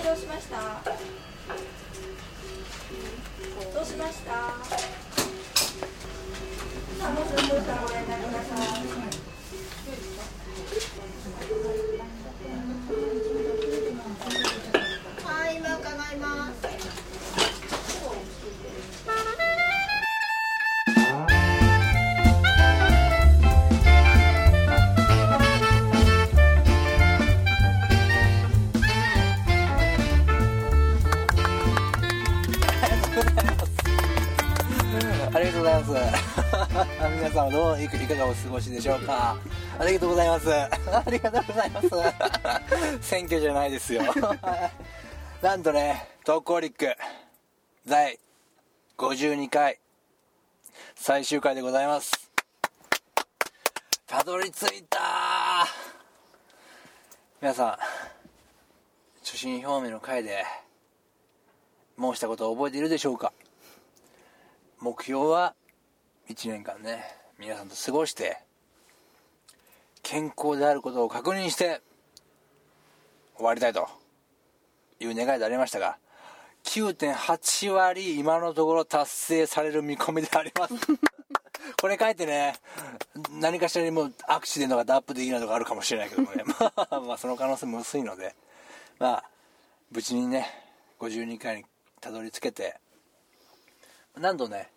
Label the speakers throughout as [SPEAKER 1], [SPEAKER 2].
[SPEAKER 1] どうしました？どうしました？さあ、もうそろそろご連絡ください。はい、今伺います。
[SPEAKER 2] ありがとうございます皆さんはどういかがお過ごしでしょうか。ありがとうございますありがとうございます選挙じゃないですよなんとね、トークオリック第52回最終回でございます。たどり着いた。皆さん、初心表明の回で申したことを覚えているでしょうか。目標は1年間ね、皆さんと過ごして健康であることを確認して終わりたいという願いでありましたが、 9.8 割今のところ達成される見込みでありますこれ書いてね、何かしらにもうアクシデントがアップできないとかあるかもしれないけどもねまあその可能性も薄いので、まあ無事にね52回にたどり着けて、何度ね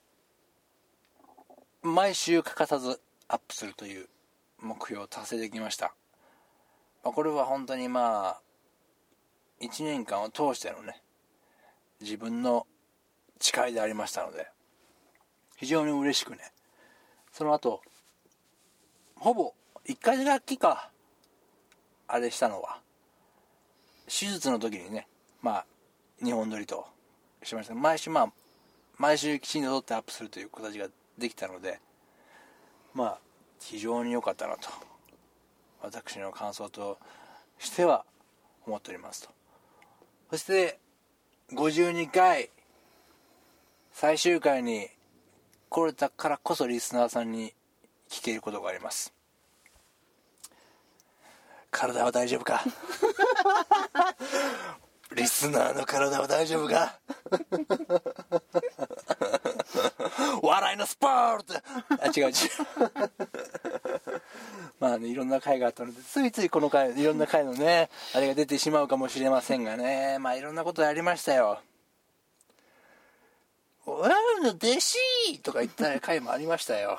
[SPEAKER 2] 毎週欠かさずアップするという目標を達成できました。これは本当にまあ1年間を通してのね自分の誓いでありましたので、非常に嬉しくね、その後ほぼ1回だけかあれしたのは手術の時にね、まあ2本撮りとしました。毎週きちんと撮ってアップするという形ができたので、まあ非常に良かったなと私の感想としては思っておりますと。そして52回最終回に来れたからこそリスナーさんに聞けることがあります。体は大丈夫かリスナーの体は大丈夫か笑いのスポーツ違うまあね、いろんな回があったのでついついこの回いろんな回のねあれが出てしまうかもしれませんがね、まあいろんなことやりましたよ。わーの弟子とか言った回もありましたよ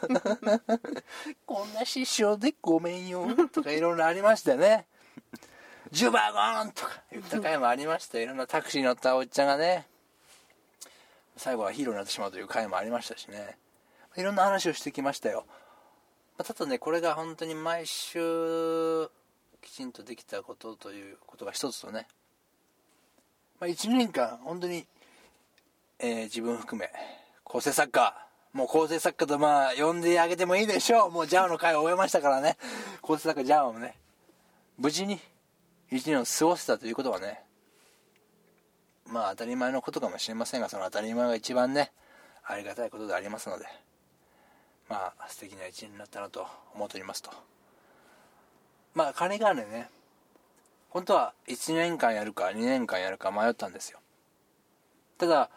[SPEAKER 2] こんな師匠でごめんよとかいろいろありましたよね。ジュバゴンとか言った回もありました。いろんなタクシーに乗ったおっちゃんがね最後はヒーローになってしまうという回もありましたしね、いろんな話をしてきましたよ。ただね、これが本当に毎週きちんとできたことということが一つとね、1年間本当に、自分含め構成作家、もう構成作家とまあ呼んであげてもいいでしょう。もうジャオの回を終えましたからね、構成作家ジャオもね無事に一年を過ごせたということはね、まあ当たり前のことかもしれませんが、その当たり前が一番ねありがたいことでありますので、まあ素敵な一年になったなと思っておりますと。まあ金がね、本当は1年間やるか2年間やるか迷ったんですよ。ただ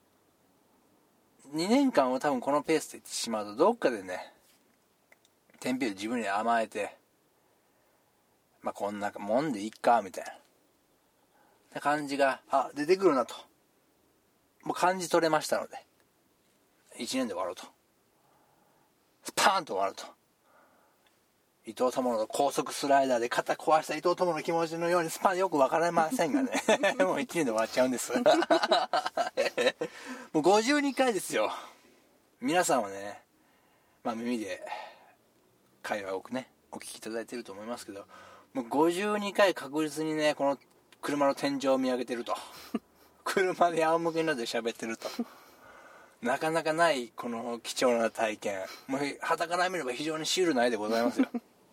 [SPEAKER 2] 2年間を多分このペースでいってしまうとどっかでねテンピュー自分に甘えて、まあこんなもんでいいかみたいな感じが出てくるなともう感じ取れましたので、1年で終わろうと、スパーンと終わると。伊藤友の高速スライダーで肩壊した伊藤友の気持ちのようにスパンよく分からませんがねもう1年で終わっちゃうんですもう52回ですよ。皆さんはね、まあ耳で会話をねお聞きいただいていると思いますけど、もう52回確実にねこの車の天井を見上げてると車で仰向けになって喋ってるとなかなかないこの貴重な体験、もう傍から見れば非常にシュールな絵でございますよ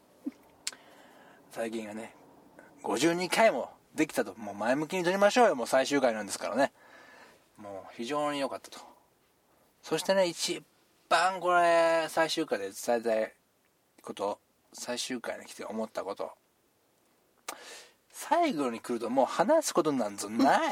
[SPEAKER 2] 体験がね52回もできたと、もう前向きに撮りましょうよ。もう最終回なんですからね、もう非常に良かったと。そしてね、一番これ最終回で伝えたいこと、最終回に来て思ったこと、 最後に来るともう話すことなんぞない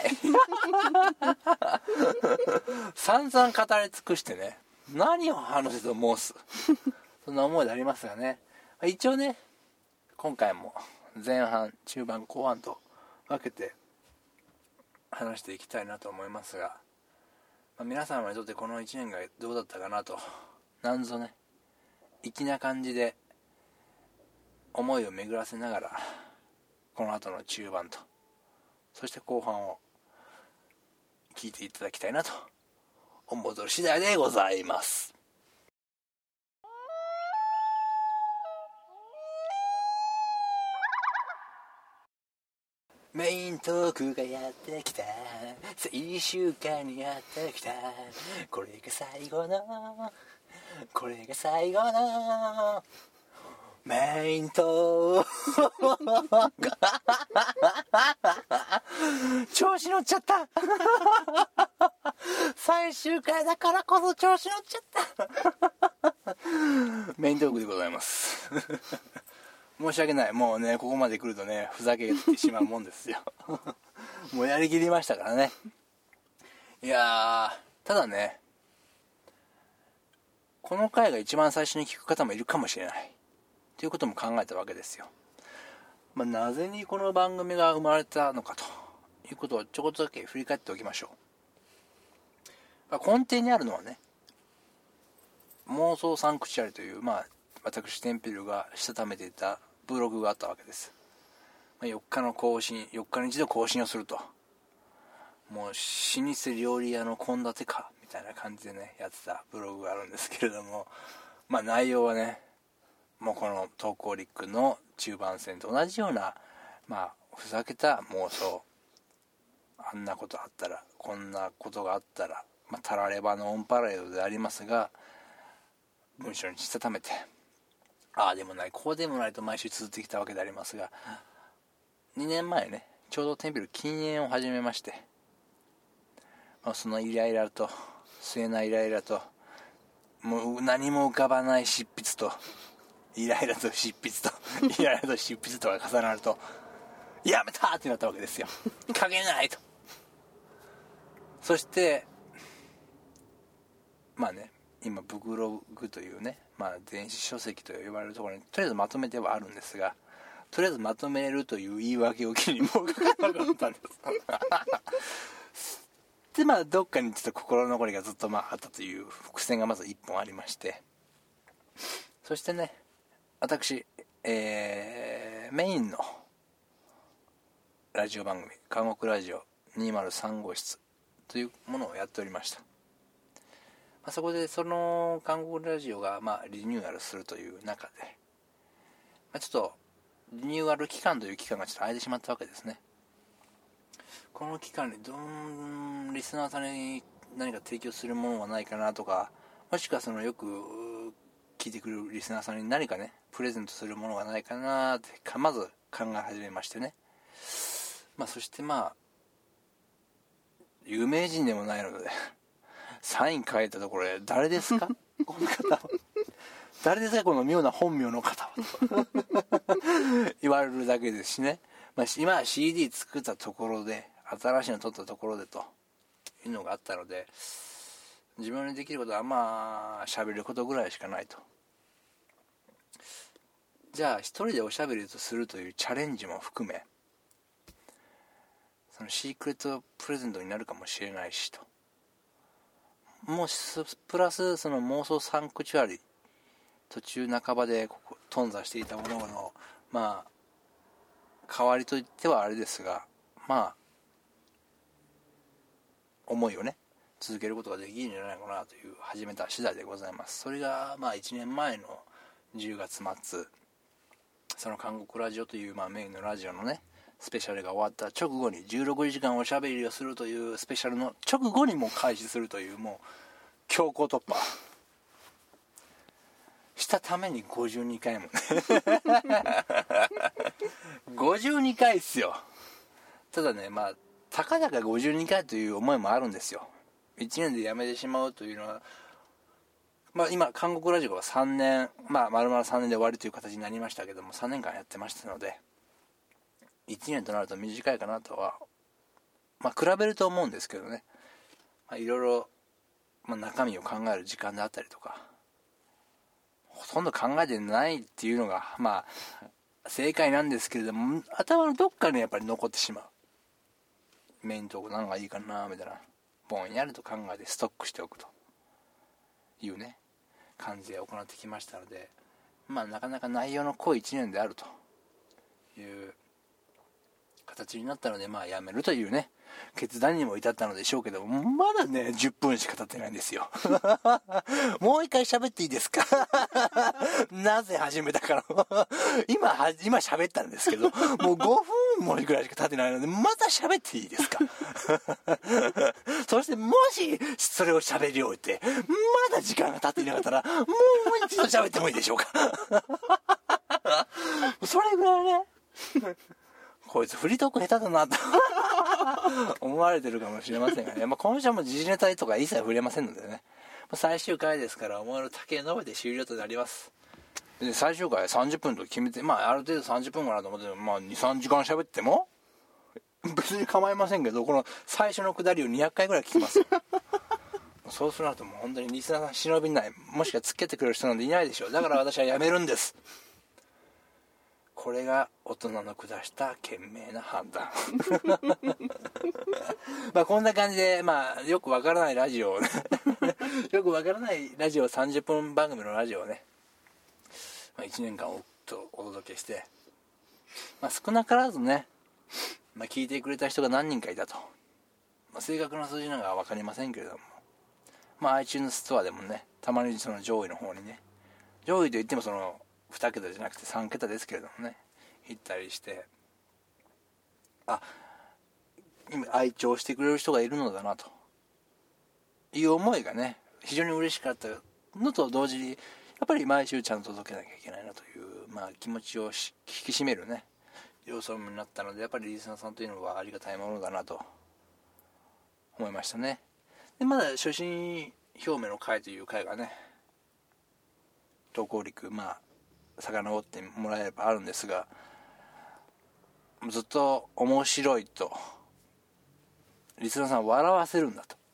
[SPEAKER 2] 散々語り尽くしてね、何を話せと申すそんな思いでありますがね、一応ね今回も前半中盤後半と分けて話していきたいなと思いますが、皆様にとってこの1年がどうだったかなと、なんぞね粋な感じで思いを巡らせながらこの後の中盤とそして後半を聞いていただきたいなと思うと次第でございます。メイントークがやってきた、最終回にやってきた、これが最後のメイントーク調子乗っちゃった最終回だからこそ調子乗っちゃったメイントークでございます申し訳ない、もうねここまで来るとねふざけてしまうもんですよもうやりきりましたからね。いやただねこの回が一番最初に聞く方もいるかもしれないということも考えたわけですよ。なぜにこの番組が生まれたのかということをちょこっとだけ振り返っておきましょう。根底にあるのはね妄想サンクチュアリという私テンピルがしたためていたブログがあったわけです。4日に一度更新をすると、もう老舗料理屋の献立かみたいな感じでねやってたブログがあるんですけれども、内容はねもうこの投稿リックの中盤戦と同じようなふざけた妄想、あんなことあったらこんなことがあったら、たらればのオンパレードでありますが文章にしたためてああでもないこうでもないと毎週続ってきたわけでありますが、2年前ねちょうどテンピル禁煙を始めまして、そのイライラと末なイライラともう何も浮かばない執筆とイライラと執筆とイライラと執筆とが重なるとやめたってなったわけですよ書けないと。そして今ブクログというね、電子書籍と呼ばれるところにとりあえずまとめてはあるんですが、とりあえずまとめるという言い訳を機にもう書かなかったんですでどっかにちょっと心残りがずっとあったという伏線がまず一本ありまして、そしてね私、メインのラジオ番組韓国ラジオ203号室というものをやっておりました。そこでその韓国ラジオがリニューアルするという中で、ちょっとリニューアル期間という期間がちょっと空いてしまったわけですね。この期間にリスナーさんに何か提供するものはないかなとか、もしくはよく聞いてくるリスナーさんに何かねプレゼントするものがないかなってまず考え始めましてね、そして有名人でもないのでサイン書いたところで誰ですかこの方は誰ですかこの妙な本名の方は言われるだけですしね、今 CD 作ったところで新しいの撮ったところでというのがあったので、自分にできることは喋ることぐらいしかないと。じゃあ一人でおしゃべりとするというチャレンジも含め、そのシークレットプレゼントになるかもしれないしと、もうプラスその妄想サンクチュアリ途中半ばで頓挫していたものの代わりといってはあれですが、思いをね続けることができるんじゃないかなという始めた次第でございます。それが1年前の10月末、その韓国ラジオというメインのラジオのねスペシャルが終わった直後に16時間おしゃべりをするというスペシャルの直後にもう開始するという、もう強行突破したために52回もね52回っすよ。ただねたかだか52回という思いもあるんですよ。1年でやめてしまうというのは今韓国ラジオは3年丸々3年で終わりという形になりましたけども、3年間やってましたので、 1年となると短いかなとは比べると思うんですけどね、いろいろ、中身を考える時間であったりとか、ほとんど考えてないっていうのが正解なんですけれども、頭のどっかにやっぱり残ってしまう。メイントークなんかいいかなみたいな、ぼんやりと考えてストックしておくというね感じで行ってきましたので、なかなか内容の濃い1年であるという形になったので、やめるというね決断にも至ったのでしょうけども、まだね10分しか経ってないんですよもう一回喋っていいですかなぜ始めたかの今喋ったんですけど、もう5分もぐらいしか経ってないので、また喋っていいですかそしてもしそれを喋り終えてまだ時間が経っていなかったら、もう一度喋ってもいいでしょうかそれぐらいねこいつフリートーク下手だなと思われてるかもしれませんがね、今週はもう時事ネタとか一切触れませんのでね、最終回ですから思いの丈述べて終了となります。で最終回30分と決めて、ある程度30分かなと思って、2,3 時間喋っても別に構いませんけど、この最初のくだりを200回ぐらい聞きますそうするともう本当にリスナーさん忍びない、もしくはつけてくれる人なんていないでしょう。だから私はやめるんです。これが大人の下した賢明な判断こんな感じで、よくわからないラジオをねよくわからないラジオ、30分番組のラジオをね、1年間お届けして、少なからずね、聞いてくれた人が何人かいたと、正確な数字なんかは分かりませんけれども、iTunes ストアでもね、たまにその上位の方にね、上位といってもその2桁じゃなくて3桁ですけれどもね、行ったりして、今愛聴してくれる人がいるのだなという思いがね、非常に嬉しかったのと同時に、やっぱり毎週ちゃんと届けなきゃいけないなという、気持ちを引き締めるね要素になったので、やっぱりリスナーさんというのはありがたいものだなと思いましたね。でまだ初心表明の回という回がね、投稿陸遡ってもらえればあるんですが、ずっと面白いとリスナーさんを笑わせるんだと、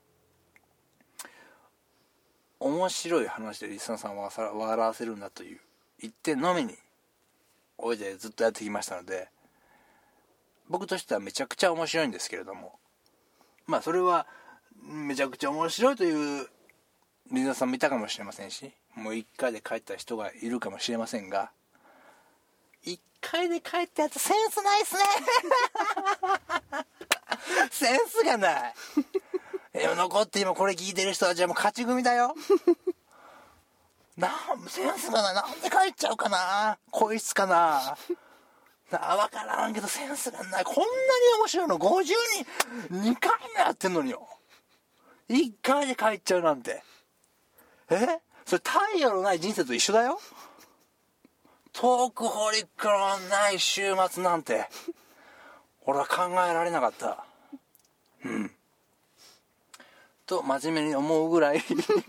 [SPEAKER 2] 面白い話でリスナーさんを笑わせるんだという一点のみにおいでずっとやってきましたので、僕としてはめちゃくちゃ面白いんですけれども、それはめちゃくちゃ面白いというリスナーさんもいたかもしれませんし、もう1回で帰った人がいるかもしれませんが、1回で帰ったやつセンスないっすねセンスがない残って今これ聞いてる人はじゃあもう勝ち組だよセンスがない。なんで帰っちゃうかな、こいつかなわからんけどセンスがない。こんなに面白いの50人2回もやってんのによ、1回で帰っちゃうなんて、それ太陽のない人生と一緒だよ。トークホリックのない週末なんて俺は考えられなかった。と真面目に思うぐらい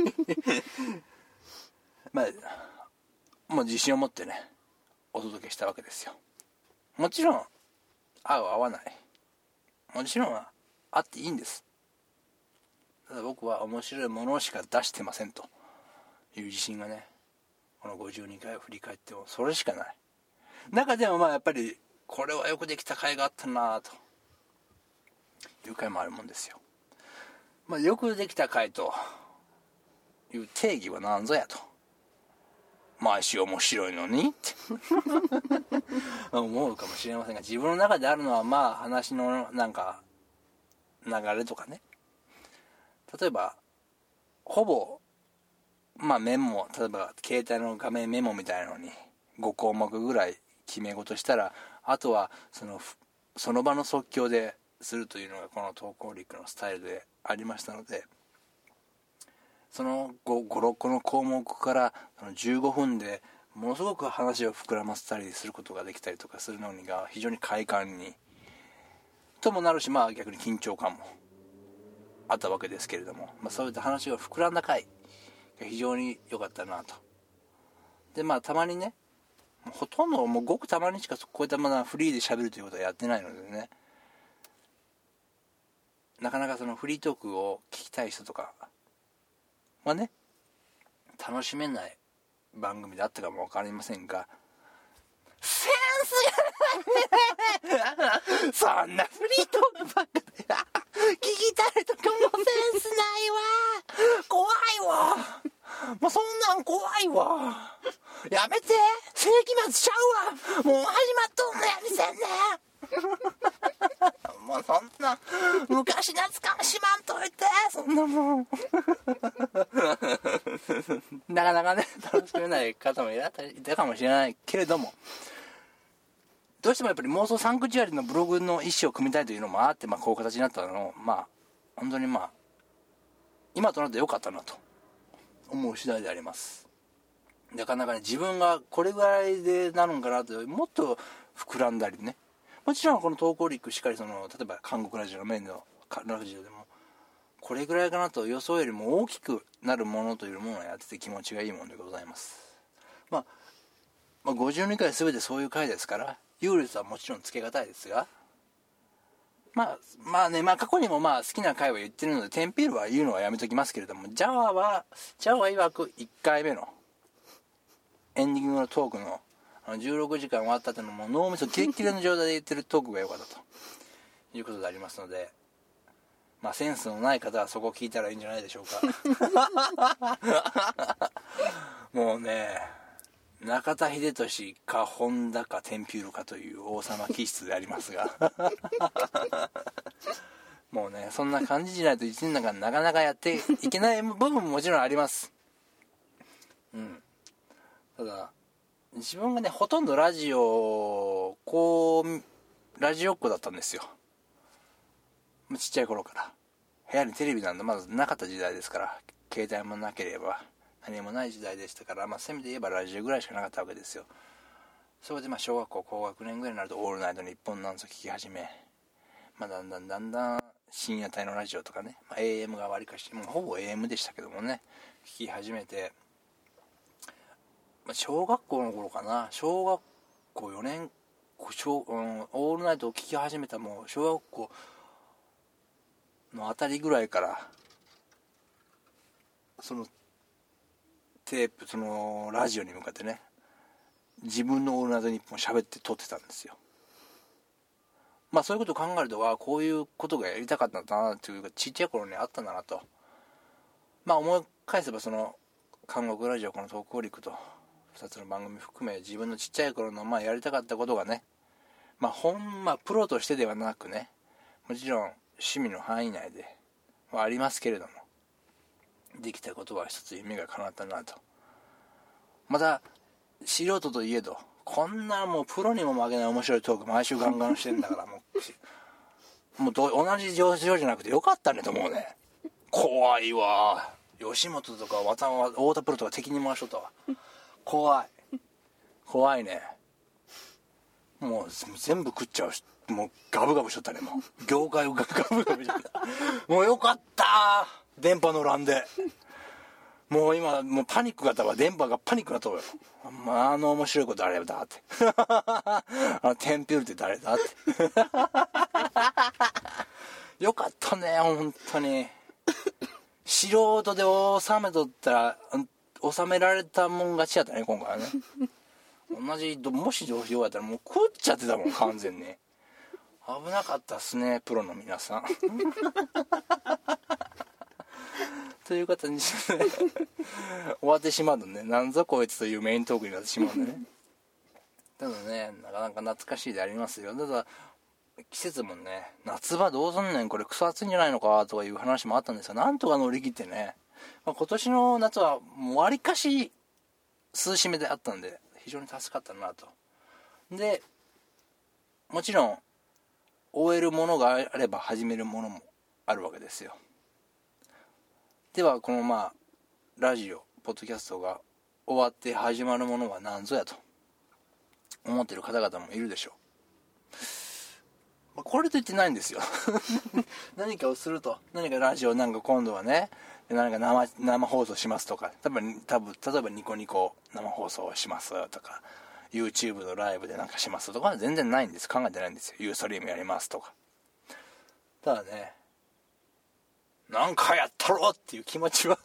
[SPEAKER 2] もう自信を持ってねお届けしたわけですよ。もちろん合う合わない、もちろんあっていいんです。ただ僕は面白いものしか出してませんという自信がね、この52回を振り返ってもそれしかない。中でもやっぱりこれはよくできた回があったなという回もあるもんですよ。よくできた回という定義は何ぞやと、毎週面白いのにって思うかもしれませんが、自分の中であるのは話のなんか流れとかね、例えばほぼメモ、例えば携帯の画面メモみたいなのに5項目ぐらい決め事したら、あとはその場の即興でするというのがこの投稿リックのスタイルでありましたので、その5、6個の項目から15分でものすごく話を膨らませたりすることができたりとかするのが非常に快感にともなるし、逆に緊張感もあったわけですけれども、そういった話が膨らんだ回が非常に良かったなと。でたまにね、 ほとんどもうごくたまにしかこういったまだフリーで喋るということはやってないのでね、なかなかそのフリートークを聞きたい人とかはね楽しめない番組であったかもわかりませんが、センスがないねそんなフリートークばっかで聞きたいとかもセンスないわ、怖いわ、もうそんなん怖いわ、やめて、世紀末ちゃうわ、もう始まっとんのやみせんねもうそんな昔懐かしまんといて、そんなもんなかなかね楽しめない方もいたかもしれないけれども、どうしてもやっぱり妄想サンクチュアリのブログの意思を組みたいというのもあって、こういう形になったのを本当に今となって良かったなと思う次第であります。なかなかね自分がこれぐらいでなるんかなともっと膨らんだりね、もちろんこの投稿リックしっかり例えば韓国ラジオのメインのラジオでもこれぐらいかなと予想よりも大きくなるものというものをやってて気持ちがいいものでございます。52回全てそういう回ですから優劣はもちろんつけがたいですが、過去にも好きな回を言ってるのでテンピールは言うのはやめときますけれども、ジャワ曰く1回目のエンディングのトークの16時間終わったというのも脳みそキレッキレの状態で言ってるトークが良かったということでありますので、センスのない方はそこを聞いたらいいんじゃないでしょうかもうね、中田秀俊か本田かテンピュールかという王様気質でありますがもうねそんな感じじゃないと1年の中なかなかやっていけない部分ももちろんあります。ただ自分がねほとんどラジオっ子だったんですよ。ちっちゃい頃から部屋にテレビなんてまずなかった時代ですから、携帯もなければ何もない時代でしたから、せめて言えばラジオぐらいしかなかったわけですよ。それで小学校高学年ぐらいになるとオールナイトニッポンなんぞ聞き始め、だんだん深夜帯のラジオとかね、AM がわりかしほぼ AM でしたけどもね聞き始めて、小学校の頃かな、小学校4年オールナイトを聞き始めた小学校のあたりぐらいからそのテープラジオに向かってね自分のオールナイトニッポン喋って撮ってたんですよ。そういうことを考えるとこういうことがやりたかったんだなというか、ちっちゃい頃にあったんだなと思い返せば、韓国ラジオこの投稿陸と2つの番組含め自分のちっちゃい頃のやりたかったことがね、プロとしてではなくね、もちろん趣味の範囲内ではありますけれども、できたことは一つ夢が叶ったなと。また素人といえどこんなプロにも負けない面白いトーク毎週ガンガンしてんだからもう同じ上司じゃなくてよかったねと思うね。怖いわ、吉本とか太田プロとか敵に回しとったわ。怖いね。もう全部食っちゃうし、もうガブガブしとったね。もう業界をガブガブしとったもうよかった電波乗らんで。もう今パニックがあったわ。電波がパニックなとよ。面白い子誰だってテンピュールって誰だってよかったね本当に。素人で収めとったら収められたもん勝ちやったね今回はね。同じもし上司やったらもう食っちゃってたもん完全に。危なかったっすねプロの皆さんという形にしてね終わってしまうのね、なんぞこいつというメイントークになってしまうんでね。ただねなかなか懐かしいでありますよ。ただ季節もね、夏場どうすんねんこれクソ暑いんじゃないのかとかいう話もあったんですが、なんとか乗り切ってね、今年の夏はもうわりかし涼しめであったんで非常に助かったなと。でもちろん終えるものがあれば始めるものもあるわけですよ。ではこのラジオポッドキャストが終わって始まるものは何ぞやと思っている方々もいるでしょう。これと言ってないんですよ何かをすると、何かラジオ今度はね何か生放送しますとか、例えばニコニコ生放送しますとか YouTube のライブでなんかしますとかは全然ないんです。考えてないんですよ。ユーストリームやりますとか。ただね、なんかやったろっていう気持ちは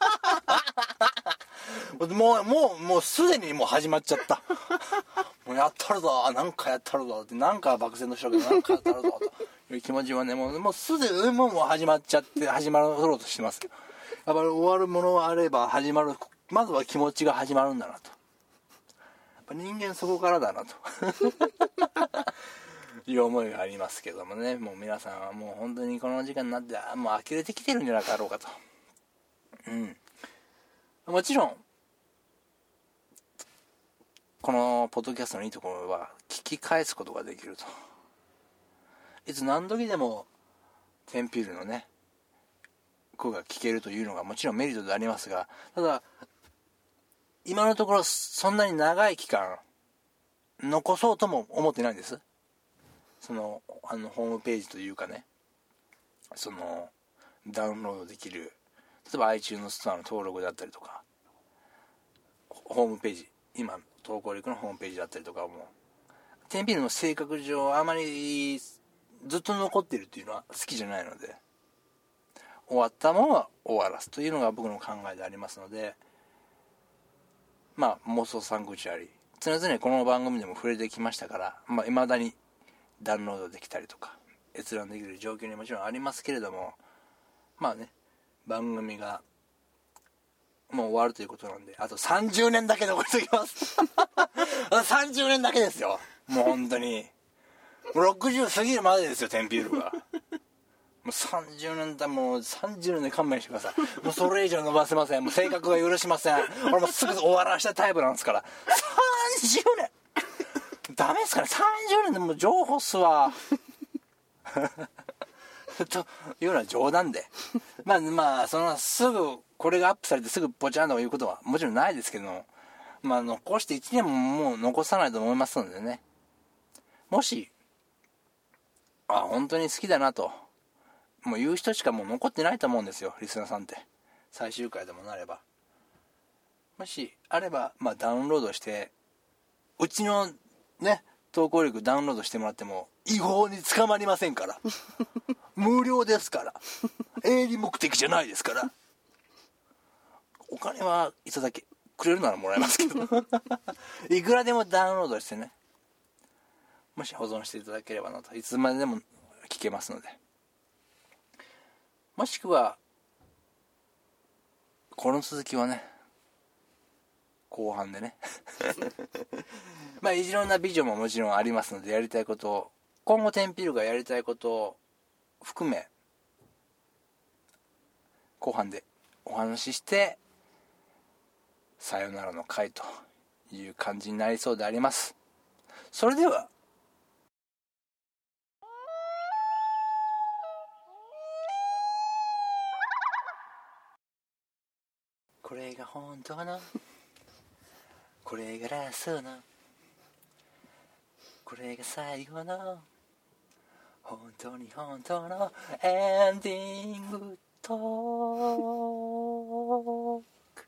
[SPEAKER 2] もうすでにもう始まっちゃった。もうやったるぞ、なんかやったるぞって、なんか漠然としたけどなんかやったるぞという気持ちはね、もうすでにもう始まっちゃって、始まろうとしてますよ。やっぱり終わるものがあれば始まる、まずは気持ちが始まるんだなと。やっぱ人間そこからだなという思いがありますけどもね。もう皆さんはもう本当にこの時間になってもう呆れてきてるんじゃなかろうかと。もちろんこのポッドキャストのいいところは聞き返すことができると。いつ何時でもテンピュールのね声が聞けるというのがもちろんメリットでありますが、ただ今のところそんなに長い期間残そうとも思ってないんです。そのホームページというかね、そのダウンロードできる、例えば iTunes ストアの登録だったりとか、ホームページ、今投稿力のホームページだったりとかも、テンピュールの性格上あまりずっと残っているというのは好きじゃないので、終わったものは終わらすというのが僕の考えでありますので、まあ妄想サンクチュアリ、常々この番組でも触れてきましたから、まあ未だにダウンロードできたりとか閲覧できる状況にもちろんありますけれども、まあね、番組がもう終わるということなんで、あと30年だけ残しておきます30年だけですよ。もう本当にもう60過ぎるまでですよ、テンピュールが。もう30年だ、もう30年で勘弁してください。もうそれ以上伸ばせません。もう性格が許しません。俺もすぐ終わらしたタイプなんですから。30年ダメですかね、30年でもう情報っすわというのは冗談で、まあそのすぐこれがアップされてすぐポチャンということはもちろんないですけども、まあ残して1年ももう残さないと思いますのでね、もし本当に好きだなともう言う人しかもう残ってないと思うんですよ、リスナーさんって。最終回でもなれば、もしあればまあダウンロードして、うちのね投稿力ダウンロードしてもらっても違法に捕まりませんから無料ですから、営利目的じゃないですから。お金はいただけくれるならもらえますけどいくらでもダウンロードしてね、もし保存していただければなと。いつまででも聞けますので、もしくはこの続きはね後半でねまあいろんなビジョンももちろんありますので、やりたいことを、今後テンピルがやりたいことを含め後半でお話しして、さよならの回という感じになりそうであります。それではこれが本当のこれがラストのこれが最後の本当に本当のエンディングトーク、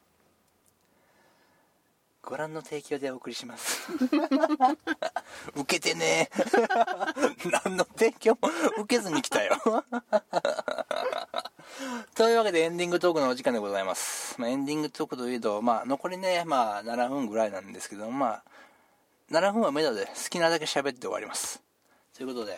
[SPEAKER 2] ご覧の提供でお送りします受けてね何の提供も受けずに来たよというわけでエンディングトークのお時間でございます。エンディングトークといえど、残りね、7分ぐらいなんですけど、7分は目処で好きなだけ喋って終わります。ということで、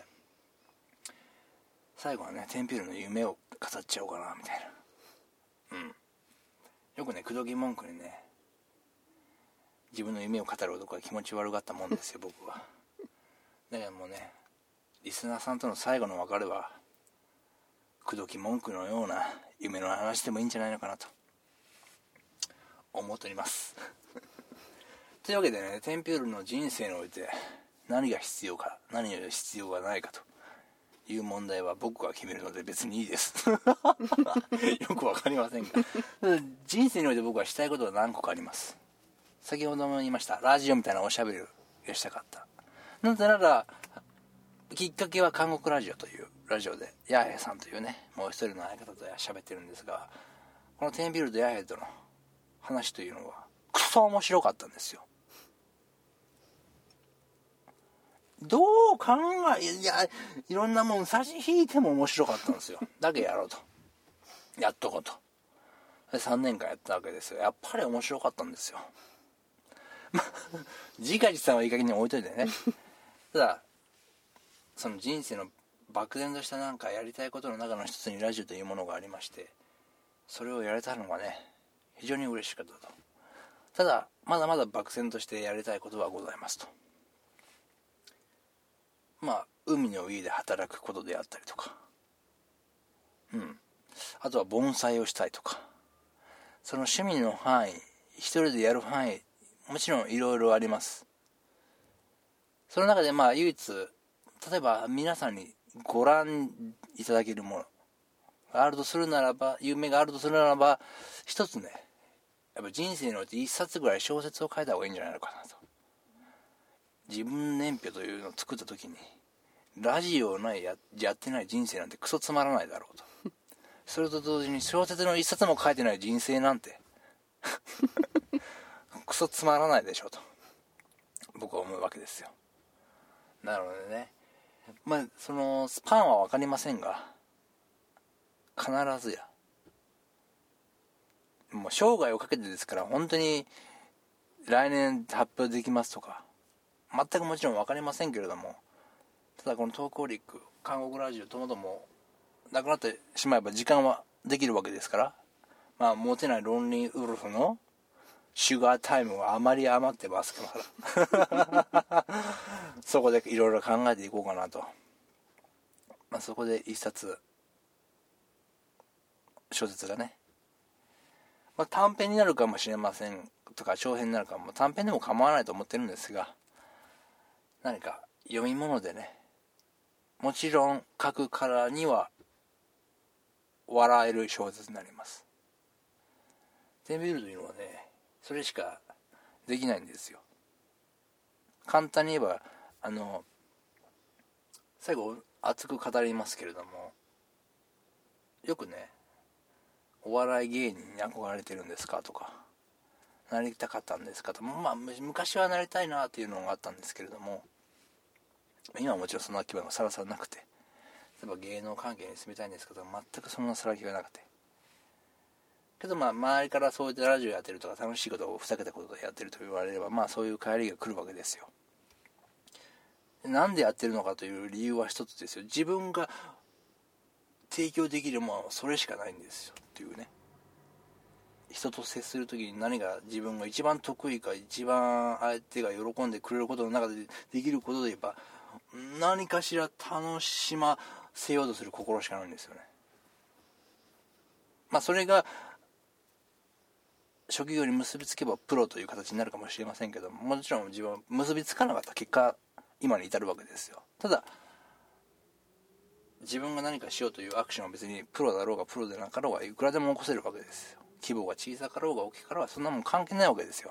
[SPEAKER 2] 最後はね、テンピュールの夢を語っちゃおうかな、みたいな。よくね、口説き文句にね、自分の夢を語る男は気持ち悪かったもんですよ、僕は。だからもうね、リスナーさんとの最後の別れは、口説き文句のような夢の話でもいいんじゃないのかなと思っておりますというわけでね、テンピュールの人生において何が必要か何が必要がないかという問題は僕が決めるので別にいいですよくわかりませんが人生において僕はしたいことは何個かあります。先ほども言いました、ラジオみたいなおしゃべりをしたかった。なぜならきっかけは韓国ラジオというラジオでヤーヘイさんというねもう一人の相方と喋ってるんですが、このテンピュールとヤーヘイとの話というのはクソ面白かったんですよ。 どう考いろんなもん差し引いても面白かったんですよ。だけやろうと、やっとこうと。で3年間やったわけですよ。やっぱり面白かったんですよ。自画自賛はいい加減に置いといてね。ただその人生の漠然としたなんかやりたいことの中の一つにラジオというものがありまして、それをやれたのがね非常に嬉しかったと。ただまだまだ漠然としてやりたいことはございますと。海の家で働くことであったりとか、あとは盆栽をしたいとか、その趣味の範囲、一人でやる範囲、もちろんいろいろあります。その中で唯一、例えば皆さんにご覧いただけるものがあるとするならば、夢があるとするならば、一つね、やっぱ人生において一冊ぐらい小説を書いた方がいいんじゃないのかなと。自分年表というのを作った時に、ラジオをやってない人生なんてクソつまらないだろうと。それと同時に小説の一冊も書いてない人生なんてクソつまらないでしょうと僕は思うわけですよ。なのでね、そのスパンは分かりませんが、必ずやもう生涯をかけてですから、本当に来年発表できますとか全くもちろん分かりませんけれども、ただこのトークオリック、韓国ラジオともどもなくなってしまえば時間はできるわけですから、モテないロンリーウルフのシュガータイムはあまり余ってますからそこでいろいろ考えていこうかなと。そこで一冊小説がね、短編になるかもしれませんとか長編になるかも、短編でも構わないと思ってるんですが、何か読み物でね、もちろん書くからには笑える小説になります。テンビルというのはね、それしかできないんですよ。簡単に言えば最後熱く語りますけれども、よくね、お笑い芸人に憧れてるんですかとか、なりたかったんですかと、昔はなりたいなっていうのがあったんですけれども、今はもちろんそんな気分はさらさらなくて、例えば芸能関係に進みたいんですけど、全くそんなさら気がなくて、けど周りからそういったラジオやってるとか楽しいことをふざけたことでやってると言われれば、そういう帰りが来るわけですよ。なんでやってるのかという理由は一つですよ。自分が提供できるものはそれしかないんですよっていうね。人と接するときに何が自分が一番得意か、一番相手が喜んでくれることの中でできることで言えば、何かしら楽しませようとする心しかないんですよね。それが職業に結びつけばプロという形になるかもしれませんけども、もちろん自分は結びつかなかった結果今に至るわけですよ。ただ自分が何かしようというアクションは別にプロだろうがプロでなかろうがいくらでも起こせるわけですよ。規模が小さかろうが大きかろうがそんなもん関係ないわけですよ。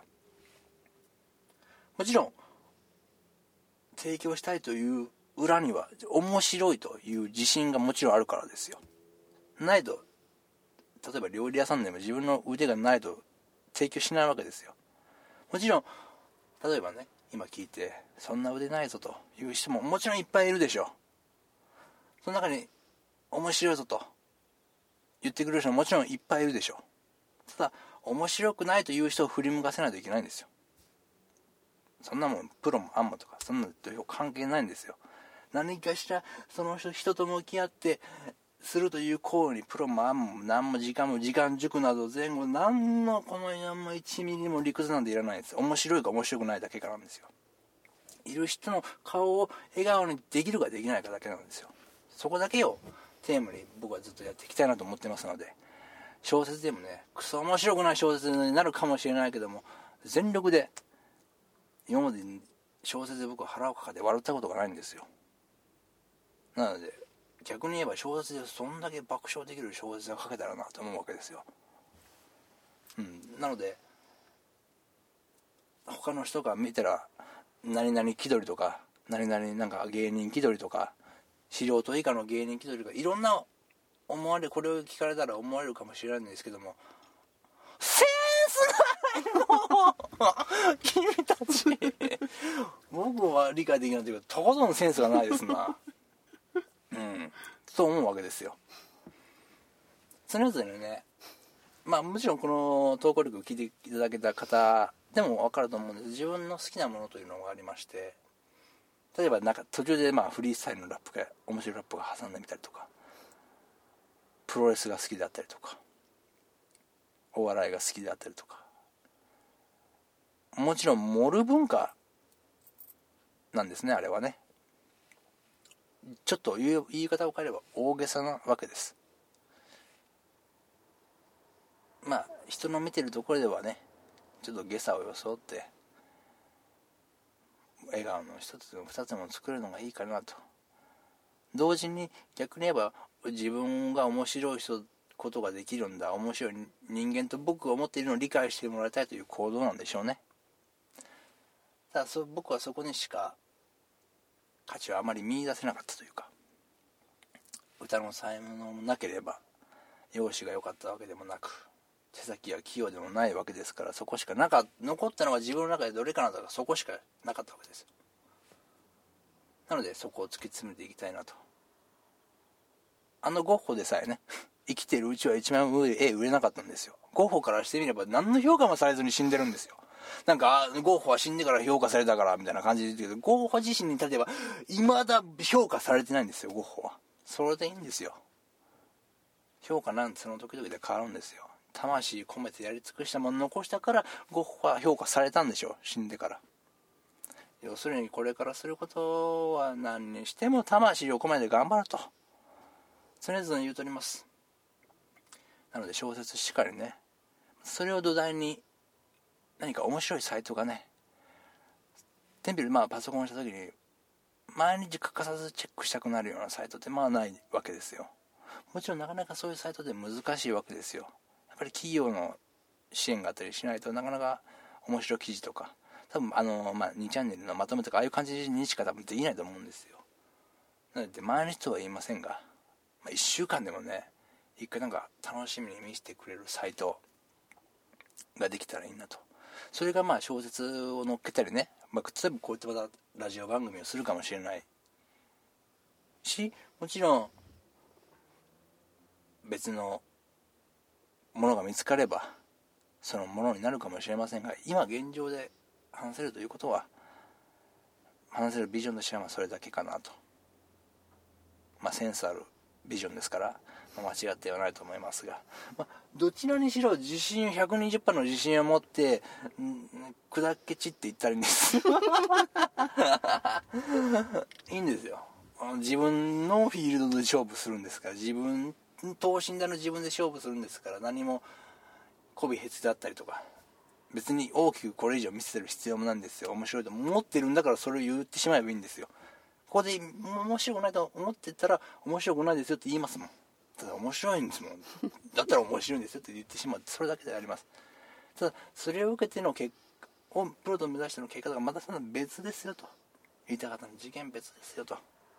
[SPEAKER 2] もちろん提供したいという裏には面白いという自信がもちろんあるからですよ。ないと、例えば料理屋さんでも自分の腕がないと提供しないわけですよ。もちろん例えばね、今聞いてそんな腕ないぞという人ももちろんいっぱいいるでしょう。その中に面白いぞと言ってくれる人ももちろんいっぱいいるでしょう。ただ面白くないという人を振り向かせないといけないんですよ。そんなもんプロもアンマとかそんなの関係ないんですよ。何かしらその人と向き合ってするという行為にプロもアンも何も時間塾など前後何のこの1ミリも理屈なんていらないんですよ。面白いか面白くないだけからなんですよ。いる人の顔を笑顔にできるかできないかだけなんですよ。そこだけをテーマに僕はずっとやっていきたいなと思ってますので、小説でもね、クソ面白くない小説になるかもしれないけども、全力で今まで小説で僕は腹を抱えて笑ったことがないんですよ。なので逆に言えば小説でそんだけ爆笑できる小説が書けたらなと思うわけですよ。なので他の人が見たら何々気取りとか何々なんか芸人気取りとか素人以下の芸人気取りとかいろんな思われ、これを聞かれたら思われるかもしれないんですけども、センス君たち僕は理解できないというかとことんセンスがないですなと思うわけですよ。常々ね、もちろんこの投稿力を聞いていただけた方でも分かると思うんです。自分の好きなものというのがありまして、例えば途中でフリースタイルのラップが面白いラップが挟んでみたりとか、プロレスが好きだったりとか、お笑いが好きだったりとか、もちろん盛る文化なんですね、あれはね。ちょっと言い方を変えれば大げさなわけです。人の見てるところではね、ちょっと下差を装って笑顔の一つでも二つでも作るのがいいかなと。同時に逆に言えば自分が面白いことができるんだ、面白い人間と僕が思っているのを理解してもらいたいという行動なんでしょうね。ただ僕はそこにしか価値はあまり見出せなかったというか、歌の才能もなければ容姿が良かったわけでもなく、手先が器用でもないわけですから、そこしか残ったのが自分の中でどれかなとか、そこしかなかったわけです。なのでそこを突き詰めていきたいなと。ゴッホでさえね生きているうちは一番絵売れなかったんですよ。ゴッホからしてみれば何の評価もされずに死んでるんですよ。ゴッホは死んでから評価されたからみたいな感じで言うけど、ゴッホ自身に立てば未だ評価されてないんですよ、ゴッホは。それでいいんですよ。評価なんてその時々で変わるんですよ。魂込めてやり尽くしたものを残したからゴッホは評価されたんでしょう、死んでから。要するにこれからすることは何にしても魂を込めて頑張ると常々言うとります。なので小説しかりね、それを土台に何か面白いサイトがね、テンピルパソコンした時に毎日欠かさずチェックしたくなるようなサイトってないわけですよ。もちろんなかなかそういうサイトで難しいわけですよ。やっぱり企業の支援があったりしないとなかなか面白い記事とか、多分2チャンネルのまとめとかああいう感じにしか多分できないと思うんですよ。なので毎日とは言いませんが、1週間でもね、一回楽しみに見せてくれるサイトができたらいいなと。それが小説を載っけたりね、例えばこういったまたラジオ番組をするかもしれないし、もちろん別のものが見つかればそのものになるかもしれませんが、今現状で話せるということは、話せるビジョンとしてはそれだけかなと。センスあるビジョンですから、間違ってはないと思いますが、どちらにしろ自信 120% の自信を持って砕け散って言ったらいいんですいいんですよ。自分のフィールドで勝負するんですから、自分等身大の自分で勝負するんですから、何も媚びへつだったりとか別に大きくこれ以上見せてる必要もないんですよ。面白いと思ってるんだからそれを言ってしまえばいいんですよ。ここで面白くないと思ってたら面白くないですよって言いますもん。ただ面白いんですもんだったら面白いんですよって言ってしまう、それだけであります。ただそれを受けてのプロと目指しての結果がまたその別ですよと言いたかったの、次元別ですよと。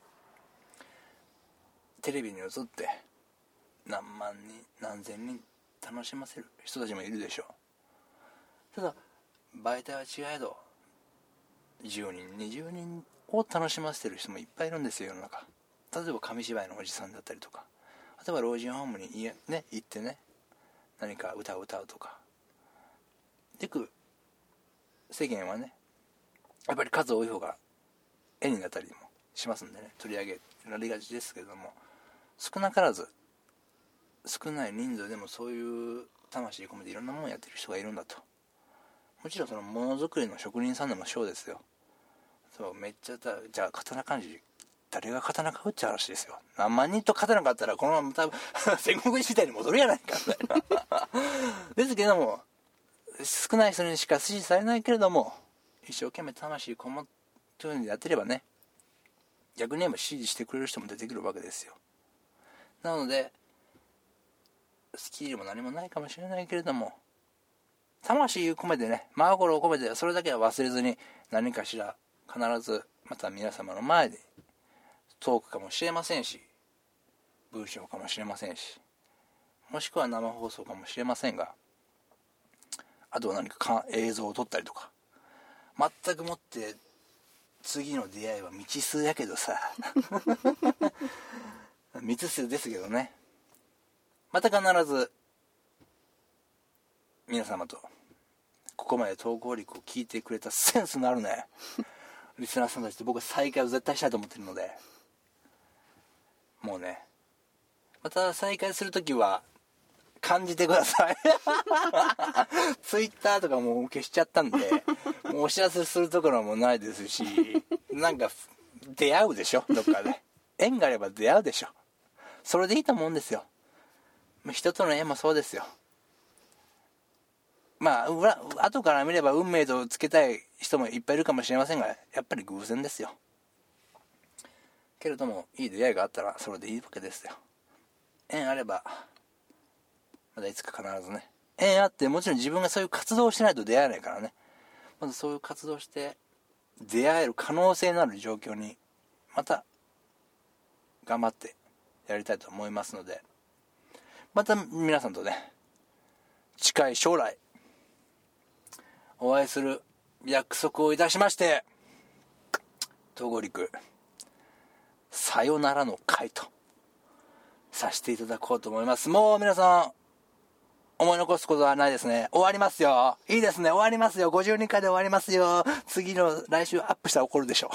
[SPEAKER 2] テレビに映って何万人何千人楽しませる人たちもいるでしょう。ただ媒体は違えど10人20人を楽しませてる人もいっぱいいるんですよ、世の中。例えば紙芝居のおじさんだったりとか、例えば老人ホームに行ってね、何か歌を歌うとかでく世間はね、やっぱり数多い方が絵になったりもしますんでね、取り上げられがちですけれども、少なからず少ない人数でもそういう魂込めていろんなものをやってる人がいるんだと。もちろんそのものづくりの職人さんでもそうですよ。そうめっちゃじゃあ刀鍛冶誰が刀買うって話ですよ。何万人と刀買ったらこのまま多分戦国時代に戻るやないかみたいなですけども、少ない人にしか支持されないけれども一生懸命魂こもってやってればね、逆に言えば支持してくれる人も出てくるわけですよ。なのでスキルも何もないかもしれないけれども、魂込めてね、真心を込めてそれだけは忘れずに、何かしら必ずまた皆様の前でトークかもしれませんし、文章かもしれませんし、もしくは生放送かもしれませんが、 あとは何か映像を撮ったりとか、全くもって次の出会いは未知数やけどさ未知数ですけどね、また必ず皆様とここまで投稿力を聞いてくれたセンスのあるねリスナーさんたちと僕は再会を絶対したいと思ってるので、もうね、また再会するときは感じてくださいツイッターとかもう消しちゃったんで、もうお知らせするところもないですし、なんか出会うでしょ、どっかで縁があれば出会うでしょ、それでいいと思うんですよ。人との縁もそうですよ。まあ後から見れば運命とつけたい人もいっぱいいるかもしれませんが、やっぱり偶然ですよ。けれどもいい出会いがあったらそれでいいわけですよ。縁あればまだいつか必ずね、縁あって、もちろん自分がそういう活動をしないと出会えないからね、まずそういう活動して出会える可能性のある状況にまた頑張ってやりたいと思いますので、また皆さんとね、近い将来お会いする約束をいたしまして、東郷陸さよならの会とさせていただこうと思います。もう皆さん思い残すことはないですね。終わりますよ。いいですね、終わりますよ。52回で終わりますよ。次の来週アップしたら怒るでしょ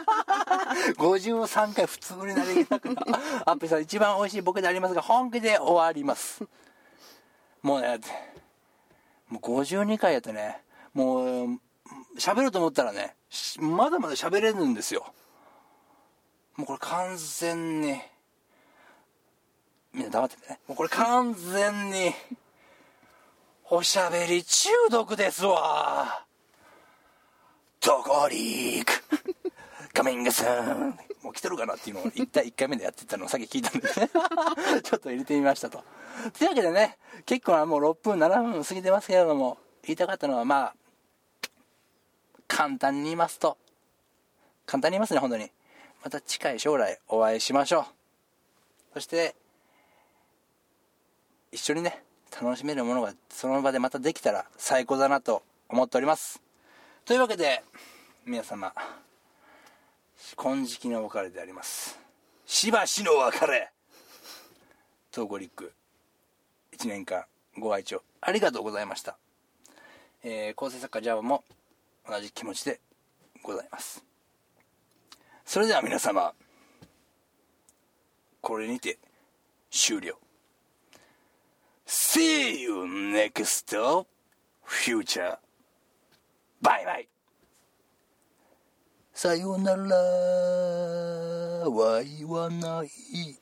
[SPEAKER 2] 53回普通になりたくなアップしたら一番美味しいボケでありますが、本気で終わります。もうね、もう52回やってね、もう喋ろうと思ったらね、まだまだ喋れるんですよ。もうこれ完全に、みんな黙っててね、もうこれ完全におしゃべり中毒ですわ。東郷陸カミングスーン、もう来てるかなっていうのを1回目でやってたのをさっき聞いたんでねちょっと入れてみましたと。というわけでね、結構もう6分7分過ぎてますけれども、言いたかったのは、まあ簡単に言いますね、本当にまた近い将来お会いしましょう。そして一緒にね、楽しめるものがその場でまたできたら最高だなと思っております。というわけで皆様、金色の別れであります、しばしの別れ、東郷陸1年間ご愛聴ありがとうございました。構成作家ジャブも同じ気持ちでございます。それでは皆様、これにて終了。 See you next future. バイバイ。さよならは言わない。